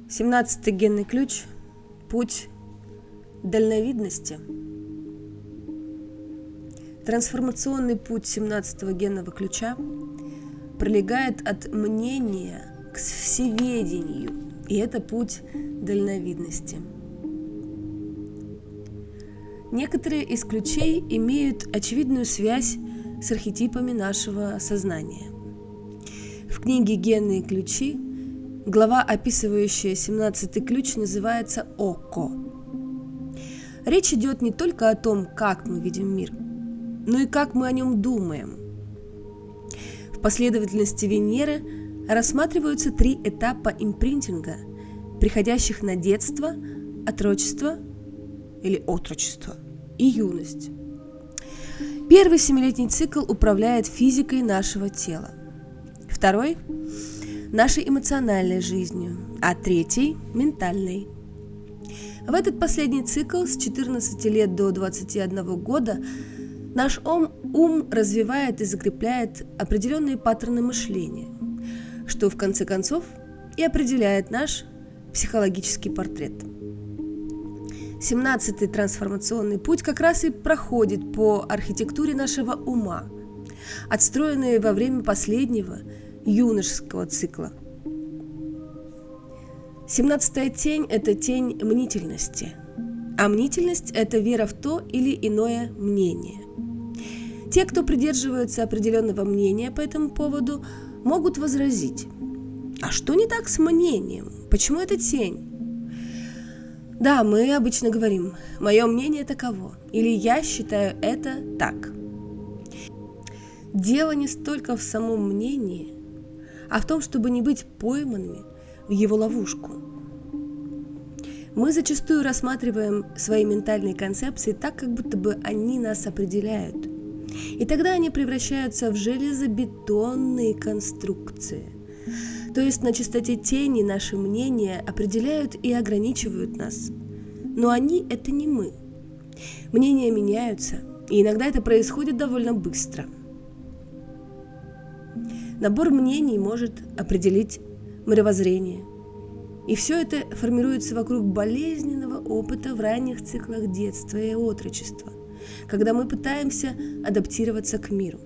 17-й генный ключ – путь дальновидности. Трансформационный путь 17-го генного ключа пролегает от мнения к всеведению, и это путь дальновидности. Некоторые из ключей имеют очевидную связь с архетипами нашего сознания. В книге «Генные ключи» глава, описывающая 17-й ключ, называется «Око». Речь идет не только о том, как мы видим мир, но и как мы о нем думаем. В последовательности Венеры рассматриваются 3 этапа импринтинга, приходящих на детство, отрочество или отрочество и юность. Первый 7-летний цикл управляет физикой нашего тела, второй – нашей эмоциональной жизнью, а третий – ментальной. В этот последний цикл с 14 лет до 21 года наш ум развивает и закрепляет определенные паттерны мышления, что в конце концов и определяет наш психологический портрет. 17-й трансформационный путь как раз и проходит по архитектуре нашего ума, отстроенной во время последнего юношеского цикла. 17-я тень – это тень мнительности, а мнительность – это вера в то или иное мнение. Те, кто придерживаются определенного мнения по этому поводу, могут возразить: а что не так с мнением? Почему это тень? Да, мы обычно говорим: мое мнение таково, или я считаю это так. Дело не столько в самом мнении, а в том, чтобы не быть пойманными в его ловушку. Мы зачастую рассматриваем свои ментальные концепции так, как будто бы они нас определяют. И тогда они превращаются в железобетонные конструкции. То есть на частоте тени наши мнения определяют и ограничивают нас. Но они – это не мы. Мнения меняются, и иногда это происходит довольно быстро. Набор мнений может определить мировоззрение. И все это формируется вокруг болезненного опыта в ранних циклах детства и отрочества, когда мы пытаемся адаптироваться к миру.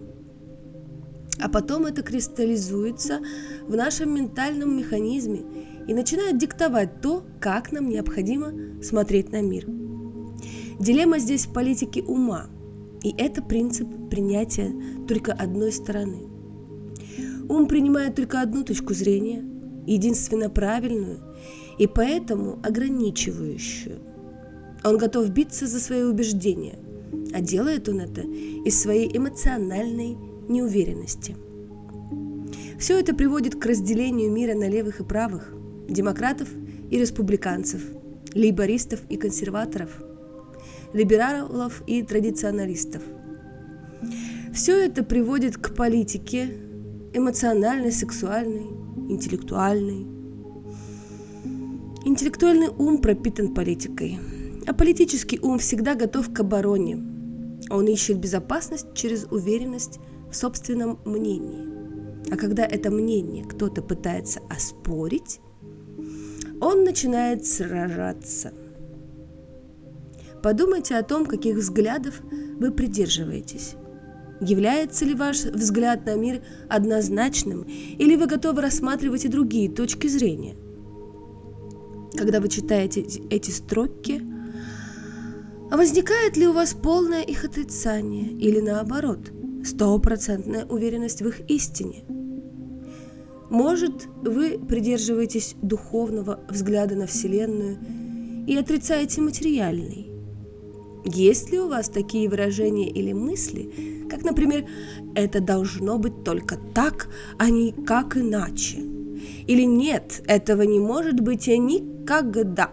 А потом это кристаллизуется в нашем ментальном механизме и начинает диктовать то, как нам необходимо смотреть на мир. Дилемма здесь в политике ума, и это принцип принятия только одной стороны. Ум принимает только одну точку зрения, единственно правильную и поэтому ограничивающую. Он готов биться за свои убеждения, а делает он это из своей эмоциональной неуверенности. Все это приводит к разделению мира на левых и правых, демократов и республиканцев, лейбористов и консерваторов, либералов и традиционалистов. Все это приводит к политике эмоциональной, сексуальной, интеллектуальной. Интеллектуальный ум пропитан политикой, а политический ум всегда готов к обороне. Он ищет безопасность через уверенность в собственном мнении. А когда это мнение кто-то пытается оспорить, он начинает сражаться. Подумайте о том, каких взглядов вы придерживаетесь. Является ли ваш взгляд на мир однозначным, или вы готовы рассматривать и другие точки зрения? Когда вы читаете эти строки, возникает ли у вас полное их отрицание или наоборот, 100% уверенность в их истине? Может, вы придерживаетесь духовного взгляда на Вселенную и отрицаете материальный? Есть ли у вас такие выражения или мысли, как, например, «это должно быть только так, а не как иначе», или «нет, этого не может быть никогда»?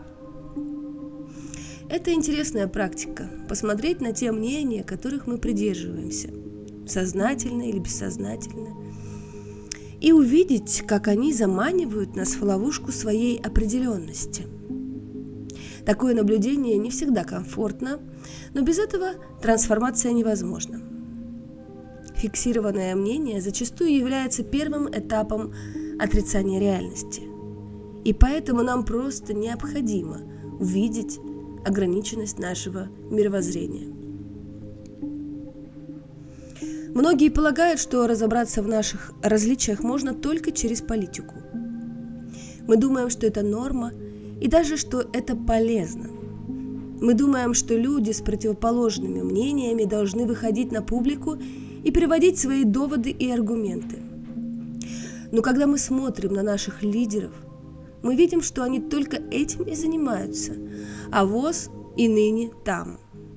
Это интересная практика – посмотреть на те мнения, которых мы придерживаемся, сознательно или бессознательно, и увидеть, как они заманивают нас в ловушку своей определенности. Такое наблюдение не всегда комфортно, но без этого трансформация невозможна. Фиксированное мнение зачастую является первым этапом отрицания реальности. И поэтому нам просто необходимо увидеть ограниченность нашего мировоззрения. Многие полагают, что разобраться в наших различиях можно только через политику. Мы думаем, что это норма и даже что это полезно. Мы думаем, что люди с противоположными мнениями должны выходить на публику и приводить свои доводы и аргументы. Но когда мы смотрим на наших лидеров, мы видим, что они только этим и занимаются, а воз и ныне там.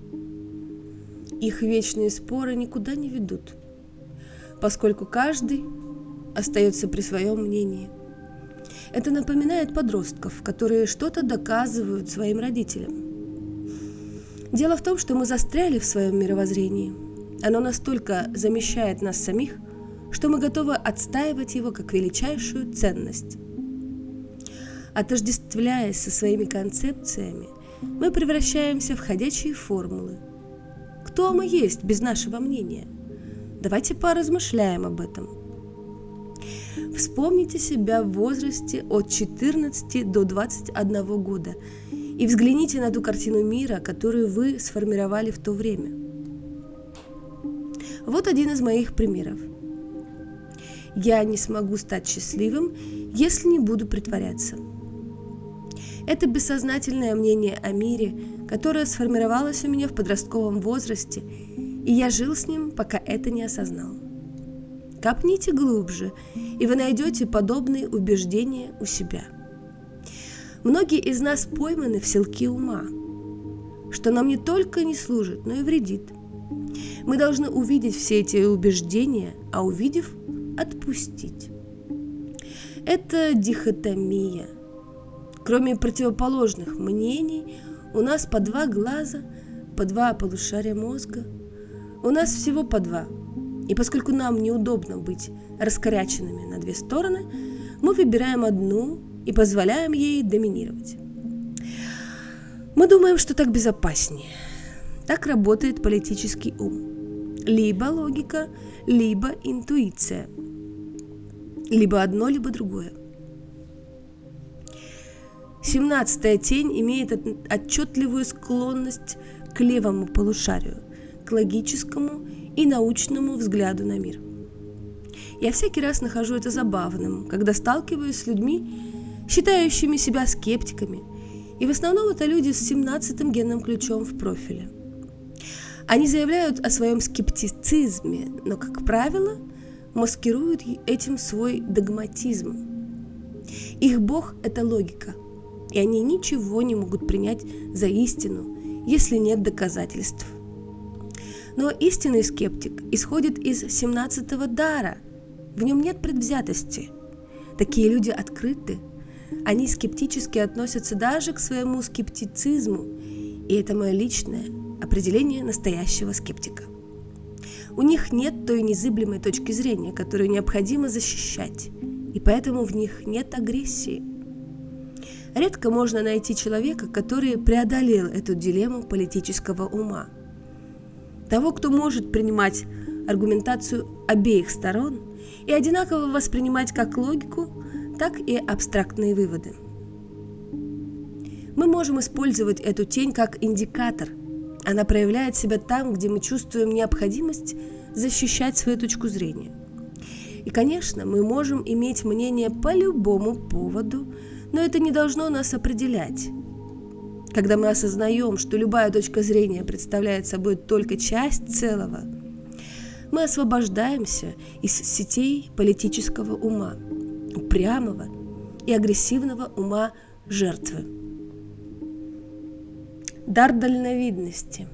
Их вечные споры никуда не ведут, поскольку каждый остается при своем мнении. Это напоминает подростков, которые что-то доказывают своим родителям. Дело в том, что мы застряли в своем мировоззрении. Оно настолько замещает нас самих, что мы готовы отстаивать его как величайшую ценность. Отождествляясь со своими концепциями, мы превращаемся в ходячие формулы. Кто мы есть без нашего мнения? Давайте поразмышляем об этом. Вспомните себя в возрасте от 14 до 21 года и взгляните на ту картину мира, которую вы сформировали в то время. Вот один из моих примеров. Я не смогу стать счастливым, если не буду притворяться. Это бессознательное мнение о мире, которое сформировалось у меня в подростковом возрасте, и я жил с ним, пока это не осознал. Копните глубже, и вы найдете подобные убеждения у себя. Многие из нас пойманы в селки ума, что нам не только не служит, но и вредит. Мы должны увидеть все эти убеждения, а увидев, отпустить. Это дихотомия. Кроме противоположных мнений, у нас по 2 глаза, по 2 полушария мозга. У нас всего по 2. И поскольку нам неудобно быть раскоряченными на 2 стороны, мы выбираем одну и позволяем ей доминировать. Мы думаем, что так безопаснее. Так работает политический ум. Либо логика, либо интуиция. Либо одно, либо другое. 17-я тень имеет отчетливую склонность к левому полушарию, к логическому и научному взгляду на мир. Я всякий раз нахожу это забавным, когда сталкиваюсь с людьми, считающими себя скептиками, и в основном это люди с 17-м генным ключом в профиле. Они заявляют о своем скептицизме, но, как правило, маскируют этим свой догматизм. Их бог – это логика, и они ничего не могут принять за истину, если нет доказательств. Но истинный скептик исходит из 17-го дара, в нем нет предвзятости. Такие люди открыты, они скептически относятся даже к своему скептицизму, и это мое личное определение настоящего скептика. У них нет той незыблемой точки зрения, которую необходимо защищать, и поэтому в них нет агрессии. Редко можно найти человека, который преодолел эту дилемму политического ума. Того, кто может принимать аргументацию обеих сторон и одинаково воспринимать как логику, так и абстрактные выводы. Мы можем использовать эту тень как индикатор. Она проявляет себя там, где мы чувствуем необходимость защищать свою точку зрения. И, конечно, мы можем иметь мнение по любому поводу, но это не должно нас определять. Когда мы осознаем, что любая точка зрения представляет собой только часть целого, мы освобождаемся из сетей политического ума, упрямого и агрессивного ума жертвы. Дар дальновидности.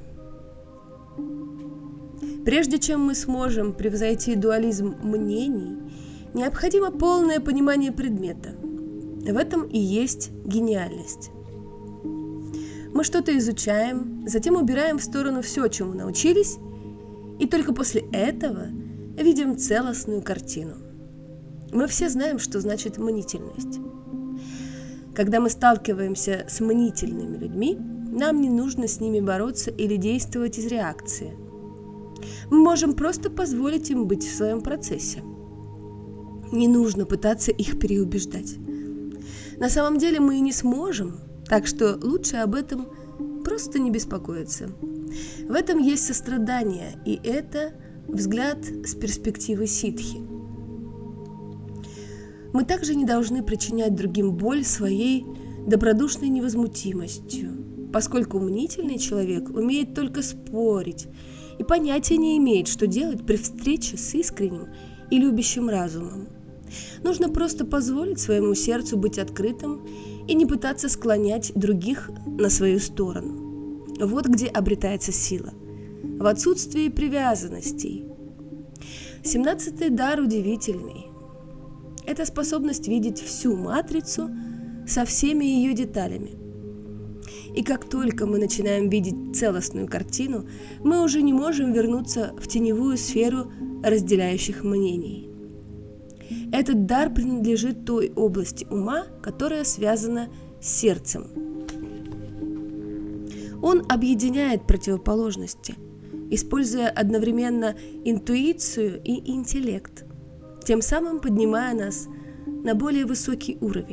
Прежде чем мы сможем превзойти дуализм мнений, необходимо полное понимание предмета. В этом и есть гениальность. Мы что-то изучаем, затем убираем в сторону все, чему научились, и только после этого видим целостную картину. Мы все знаем, что значит мнительность. Когда мы сталкиваемся с мнительными людьми, нам не нужно с ними бороться или действовать из реакции. Мы можем просто позволить им быть в своем процессе. Не нужно пытаться их переубеждать. На самом деле мы и не сможем, так что лучше об этом просто не беспокоиться. В этом есть сострадание, и это взгляд с перспективы ситхи. Мы также не должны причинять другим боль своей добродушной невозмутимостью, поскольку мнительный человек умеет только спорить и понятия не имеет, что делать при встрече с искренним и любящим разумом. Нужно просто позволить своему сердцу быть открытым и не пытаться склонять других на свою сторону. Вот где обретается сила – в отсутствии привязанностей. 17-й дар удивительный. Это способность видеть всю матрицу со всеми ее деталями. И как только мы начинаем видеть целостную картину, мы уже не можем вернуться в теневую сферу разделяющих мнений. Этот дар принадлежит той области ума, которая связана с сердцем. Он объединяет противоположности, используя одновременно интуицию и интеллект, тем самым поднимая нас на более высокий уровень.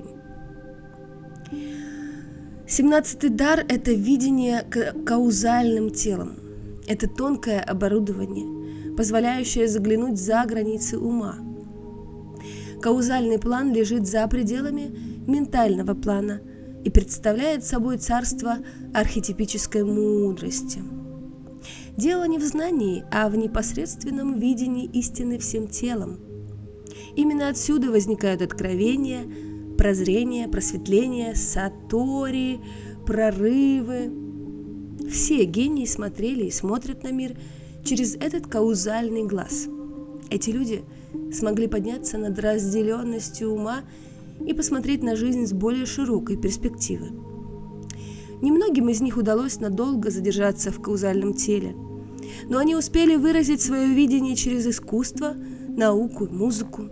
17-й дар – это видение каузальным телом. Это тонкое оборудование, позволяющее заглянуть за границы ума. Каузальный план лежит за пределами ментального плана и представляет собой царство архетипической мудрости. Дело не в знании, а в непосредственном видении истины всем телом. Именно отсюда возникают откровения, прозрения, просветления, сатори, прорывы. Все гении смотрели и смотрят на мир через этот каузальный глаз. Эти люди смогли подняться над разделенностью ума и посмотреть на жизнь с более широкой перспективы. Немногим из них удалось надолго задержаться в каузальном теле, но они успели выразить свое видение через искусство, науку и музыку.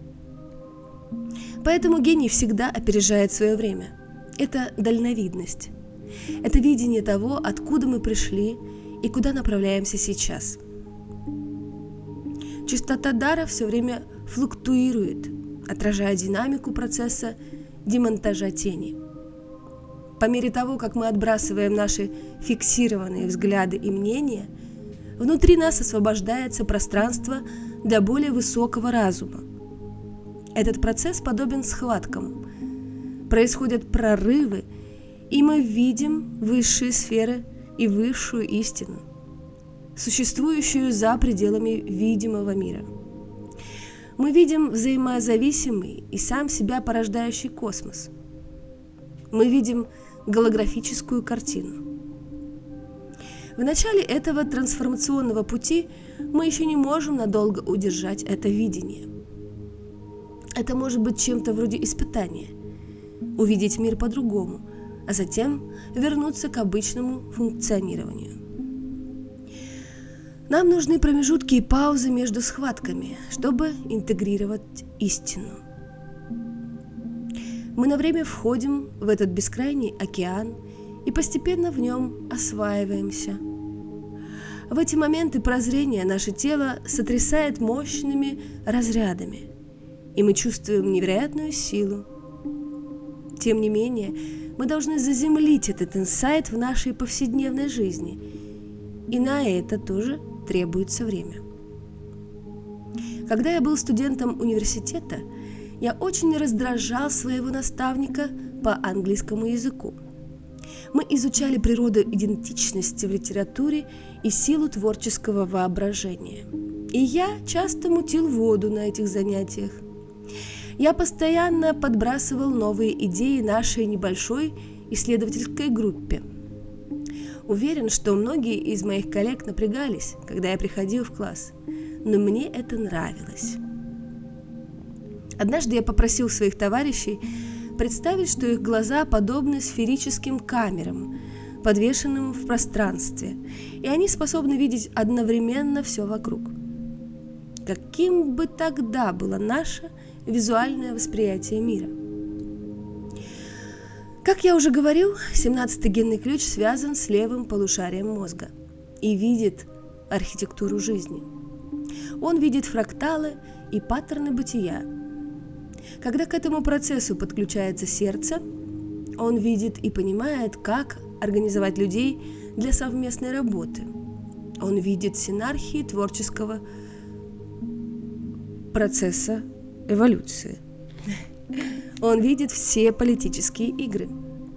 Поэтому гений всегда опережает свое время. Это дальновидность. Это видение того, откуда мы пришли и куда направляемся сейчас. Частота дара все время флуктуирует, отражая динамику процесса демонтажа тени. По мере того, как мы отбрасываем наши фиксированные взгляды и мнения, внутри нас освобождается пространство для более высокого разума. Этот процесс подобен схваткам. Происходят прорывы, и мы видим высшие сферы и высшую истину, существующую за пределами видимого мира. Мы видим взаимозависимый и сам себя порождающий космос. Мы видим голографическую картину. В начале этого трансформационного пути мы еще не можем надолго удержать это видение. Это может быть чем-то вроде испытания, увидеть мир по-другому, а затем вернуться к обычному функционированию. Нам нужны промежутки и паузы между схватками, чтобы интегрировать истину. Мы на время входим в этот бескрайний океан и постепенно в нем осваиваемся. В эти моменты прозрения наше тело сотрясает мощными разрядами, и мы чувствуем невероятную силу. Тем не менее, мы должны заземлить этот инсайт в нашей повседневной жизни, и на это тоже требуется время. Когда я был студентом университета, я очень раздражал своего наставника по английскому языку. Мы изучали природу идентичности в литературе и силу творческого воображения. И я часто мутил воду на этих занятиях. Я постоянно подбрасывал новые идеи нашей небольшой исследовательской группе. Уверен, что многие из моих коллег напрягались, когда я приходил в класс, но мне это нравилось. Однажды я попросил своих товарищей представить, что их глаза подобны сферическим камерам, подвешенным в пространстве, и они способны видеть одновременно все вокруг. Каким бы тогда было наше визуальное восприятие мира? Как я уже говорил, 17-й генный ключ связан с левым полушарием мозга и видит архитектуру жизни. Он видит фракталы и паттерны бытия. Когда к этому процессу подключается сердце, он видит и понимает, как организовать людей для совместной работы. Он видит синархии творческого процесса эволюции. Он видит все политические игры.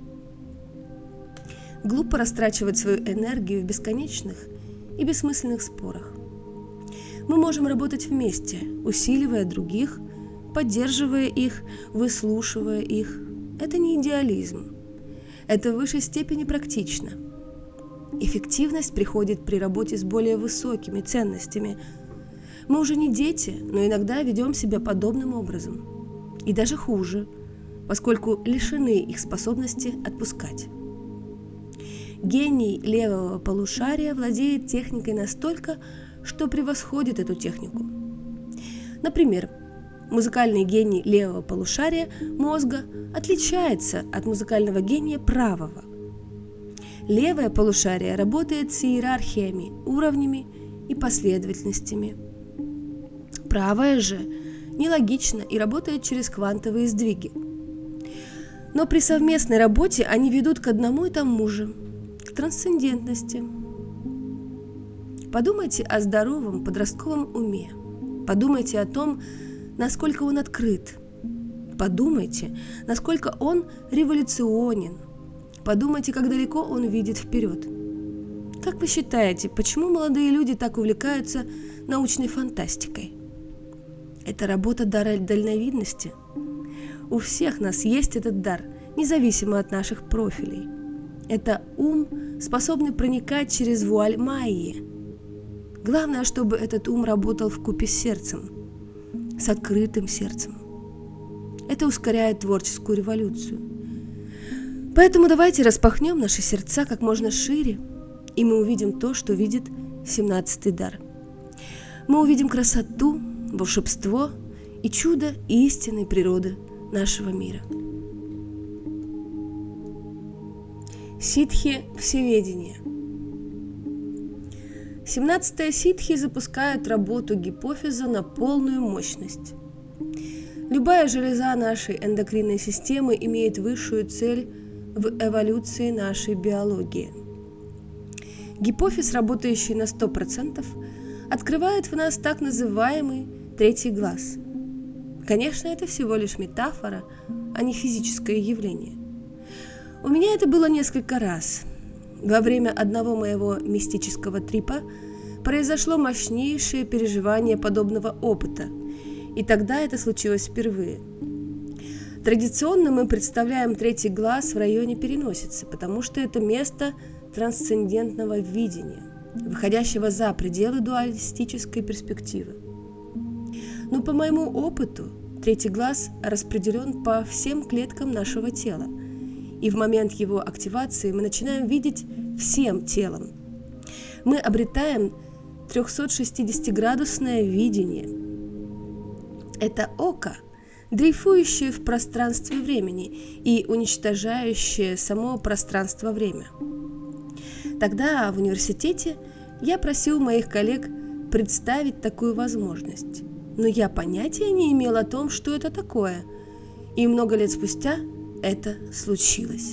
Глупо растрачивать свою энергию в бесконечных и бессмысленных спорах. Мы можем работать вместе, усиливая других, поддерживая их, выслушивая их. Это не идеализм. Это в высшей степени практично. Эффективность приходит при работе с более высокими ценностями. Мы уже не дети, но иногда ведем себя подобным образом. И даже хуже, поскольку лишены их способности отпускать. Гений левого полушария владеет техникой настолько, что превосходит эту технику. Например, музыкальный гений левого полушария мозга отличается от музыкального гения правого. Левое полушарие работает с иерархиями, уровнями и последовательностями. Правое же нелогично и работает через квантовые сдвиги. Но при совместной работе они ведут к одному и тому же, к трансцендентности. Подумайте о здоровом подростковом уме. Подумайте о том, насколько он открыт. Подумайте, насколько он революционен. Подумайте, как далеко он видит вперед. Как вы считаете, почему молодые люди так увлекаются научной фантастикой? Это работа дара дальновидности. У всех нас есть этот дар, независимо от наших профилей. Это ум, способный проникать через вуаль Майи. Главное, чтобы этот ум работал вкупе с сердцем, с открытым сердцем. Это ускоряет творческую революцию. Поэтому давайте распахнем наши сердца как можно шире, и мы увидим то, что видит 17-й дар. Мы увидим красоту, волшебство и чудо истинной природы нашего мира. Ситхи всеведения. 17-е ситхи запускают работу гипофиза на полную мощность. Любая железа нашей эндокринной системы имеет высшую цель в эволюции нашей биологии. Гипофиз, работающий на 100%, открывает в нас так называемый третий глаз. Конечно, это всего лишь метафора, а не физическое явление. У меня это было несколько раз. Во время одного моего мистического трипа произошло мощнейшее переживание подобного опыта, и тогда это случилось впервые. Традиционно мы представляем третий глаз в районе переносицы, потому что это место трансцендентного видения, выходящего за пределы дуалистической перспективы. Но по моему опыту, третий глаз распределен по всем клеткам нашего тела, и в момент его активации мы начинаем видеть всем телом. Мы обретаем 360-градусное видение. Это око, дрейфующее в пространстве времени и уничтожающее само пространство-время. Тогда в университете я просил моих коллег представить такую возможность, но я понятия не имел о том, что это такое, и много лет спустя это случилось.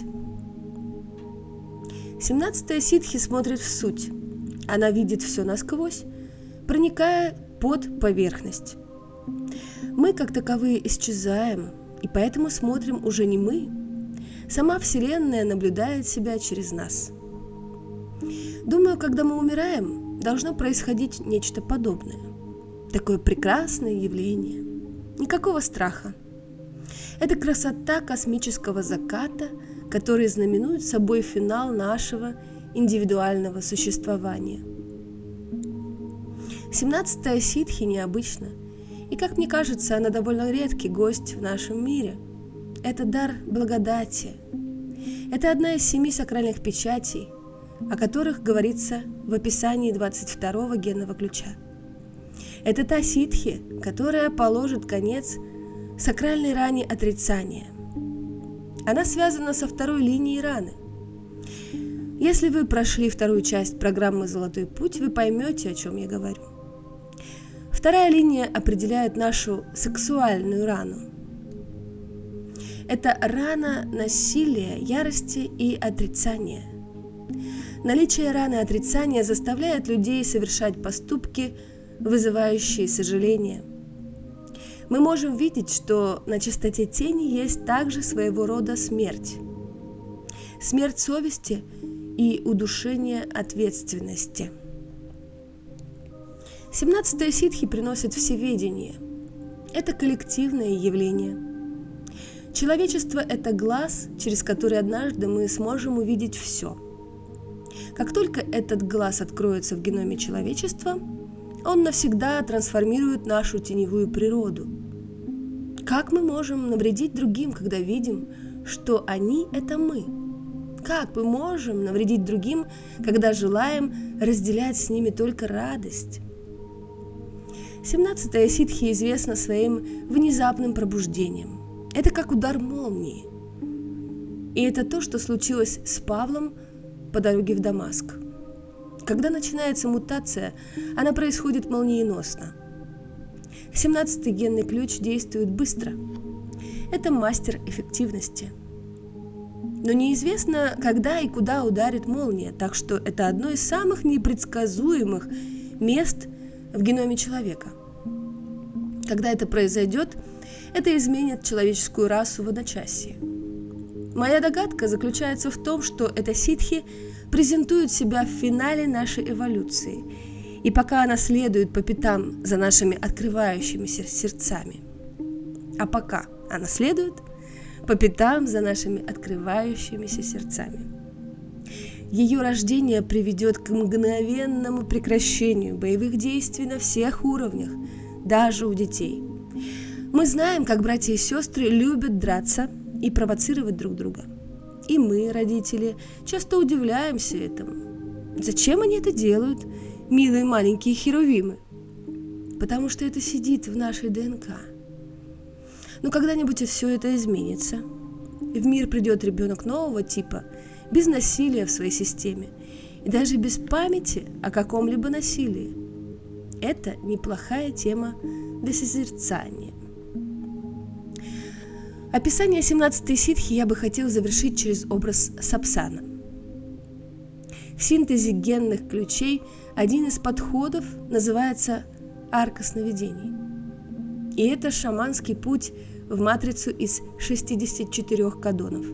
17-я ситхи смотрит в суть. Она видит все насквозь, проникая под поверхность. Мы, как таковые, исчезаем, и поэтому смотрим уже не мы. Сама Вселенная наблюдает себя через нас. Думаю, когда мы умираем, должно происходить нечто подобное. Такое прекрасное явление. Никакого страха. Это красота космического заката, который знаменует собой финал нашего индивидуального существования. 17-я ситхи необычна, и, как мне кажется, она довольно редкий гость в нашем мире. Это дар благодати. Это одна из 7 сакральных печатей, о которых говорится в описании 22-го генного ключа. Это та ситхи, которая положит конец сакральной ране отрицания. Она связана со второй линией раны. Если вы прошли вторую часть программы «Золотой путь», вы поймете, о чем я говорю. Вторая линия определяет нашу сексуальную рану. Это рана насилия, ярости и отрицания. Наличие раны отрицания заставляет людей совершать поступки, вызывающие сожаление. Мы можем видеть, что на чистоте тени есть также своего рода смерть. Смерть совести и удушение ответственности. 17-я ситхи приносит всеведение. Это коллективное явление. Человечество – это глаз, через который однажды мы сможем увидеть все. Как только этот глаз откроется в геноме человечества, он навсегда трансформирует нашу теневую природу. Как мы можем навредить другим, когда видим, что они – это мы? Как мы можем навредить другим, когда желаем разделять с ними только радость? 17-я ситхи известна своим внезапным пробуждением. Это как удар молнии. И это то, что случилось с Павлом по дороге в Дамаск. Когда начинается мутация, она происходит молниеносно. 17-й генный ключ действует быстро. Это мастер эффективности. Но неизвестно, когда и куда ударит молния, так что это одно из самых непредсказуемых мест в геноме человека. Когда это произойдет, это изменит человеческую расу в одночасье. Моя догадка заключается в том, что эта ситхи презентует себя в финале нашей эволюции, и пока она следует по пятам за нашими открывающимися сердцами. А пока она следует по пятам за нашими открывающимися сердцами. Ее рождение приведет к мгновенному прекращению боевых действий на всех уровнях, даже у детей. Мы знаем, как братья и сестры любят драться и провоцировать друг друга. И мы, родители, часто удивляемся этому. Зачем они это делают, милые маленькие херувимы? Потому что это сидит в нашей ДНК. Но когда-нибудь и все это изменится. И в мир придет ребенок нового типа, без насилия в своей системе, и даже без памяти о каком-либо насилии. Это неплохая тема для созерцания. Описание 17-й ситхи я бы хотел завершить через образ сапсана. В синтезе генных ключей один из подходов называется арка сновидений. И это шаманский путь в матрицу из 64 кадонов.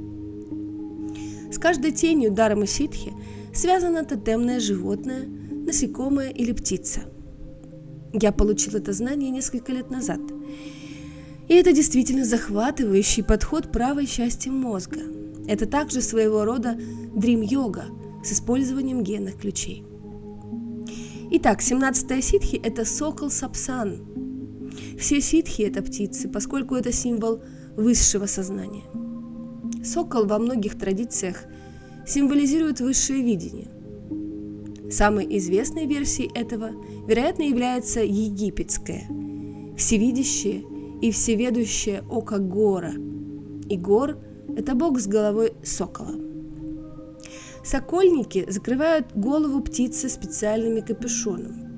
С каждой тенью дарамы ситхи связано тотемное животное, насекомое или птица. Я получил это знание несколько лет назад. И это действительно захватывающий подход правой части мозга. Это также своего рода дрим-йога с использованием генных ключей. Итак, 17-я ситхи – это сокол сапсан. Все ситхи – это птицы, поскольку это символ высшего сознания. Сокол во многих традициях символизирует высшее видение. Самой известной версией этого, вероятно, является египетская, всевидящее и всеведущее око Гора. И Гор – это бог с головой сокола. Сокольники закрывают голову птицы специальными капюшоном.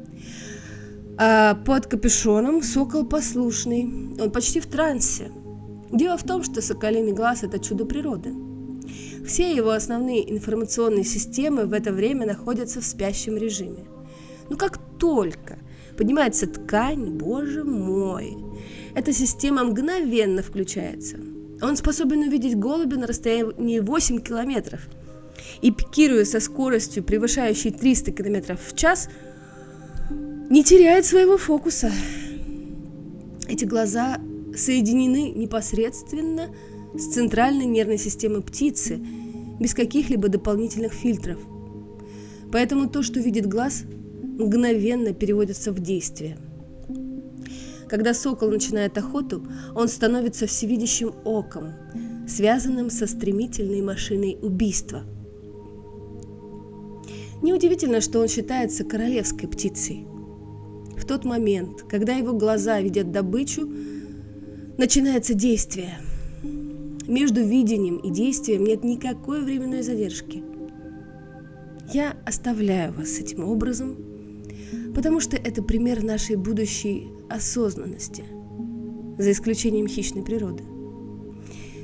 А под капюшоном сокол послушный, он почти в трансе. Дело в том, что соколиный глаз – это чудо природы. Все его основные информационные системы в это время находятся в спящем режиме. Но как только поднимается ткань, боже мой, эта система мгновенно включается. Он способен увидеть голубя на расстоянии 8 километров и, пикируя со скоростью, превышающей 300 километров в час, не теряет своего фокуса. Эти глаза соединены непосредственно с центральной нервной системой птицы, без каких-либо дополнительных фильтров. Поэтому то, что видит глаз, мгновенно переводится в действие. Когда сокол начинает охоту, он становится всевидящим оком, связанным со стремительной машиной убийства. Неудивительно, что он считается королевской птицей. В тот момент, когда его глаза видят добычу, начинается действие. Между видением и действием нет никакой временной задержки. Я оставляю вас с этим образом, потому что это пример нашей будущей осознанности, за исключением хищной природы.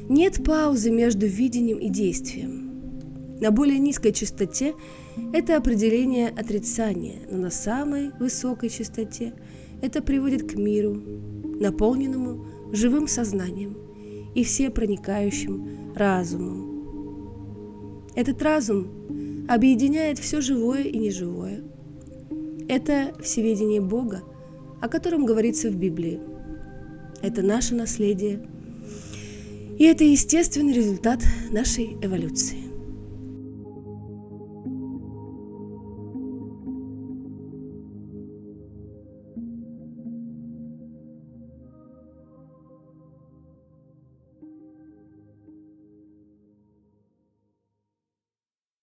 Нет паузы между видением и действием. На более низкой частоте это определение отрицания, но на самой высокой частоте это приводит к миру, наполненному живым сознанием и всепроникающим разумом. Этот разум объединяет все живое и неживое. Это всеведение Бога, о котором говорится в Библии. Это наше наследие, и это естественный результат нашей эволюции.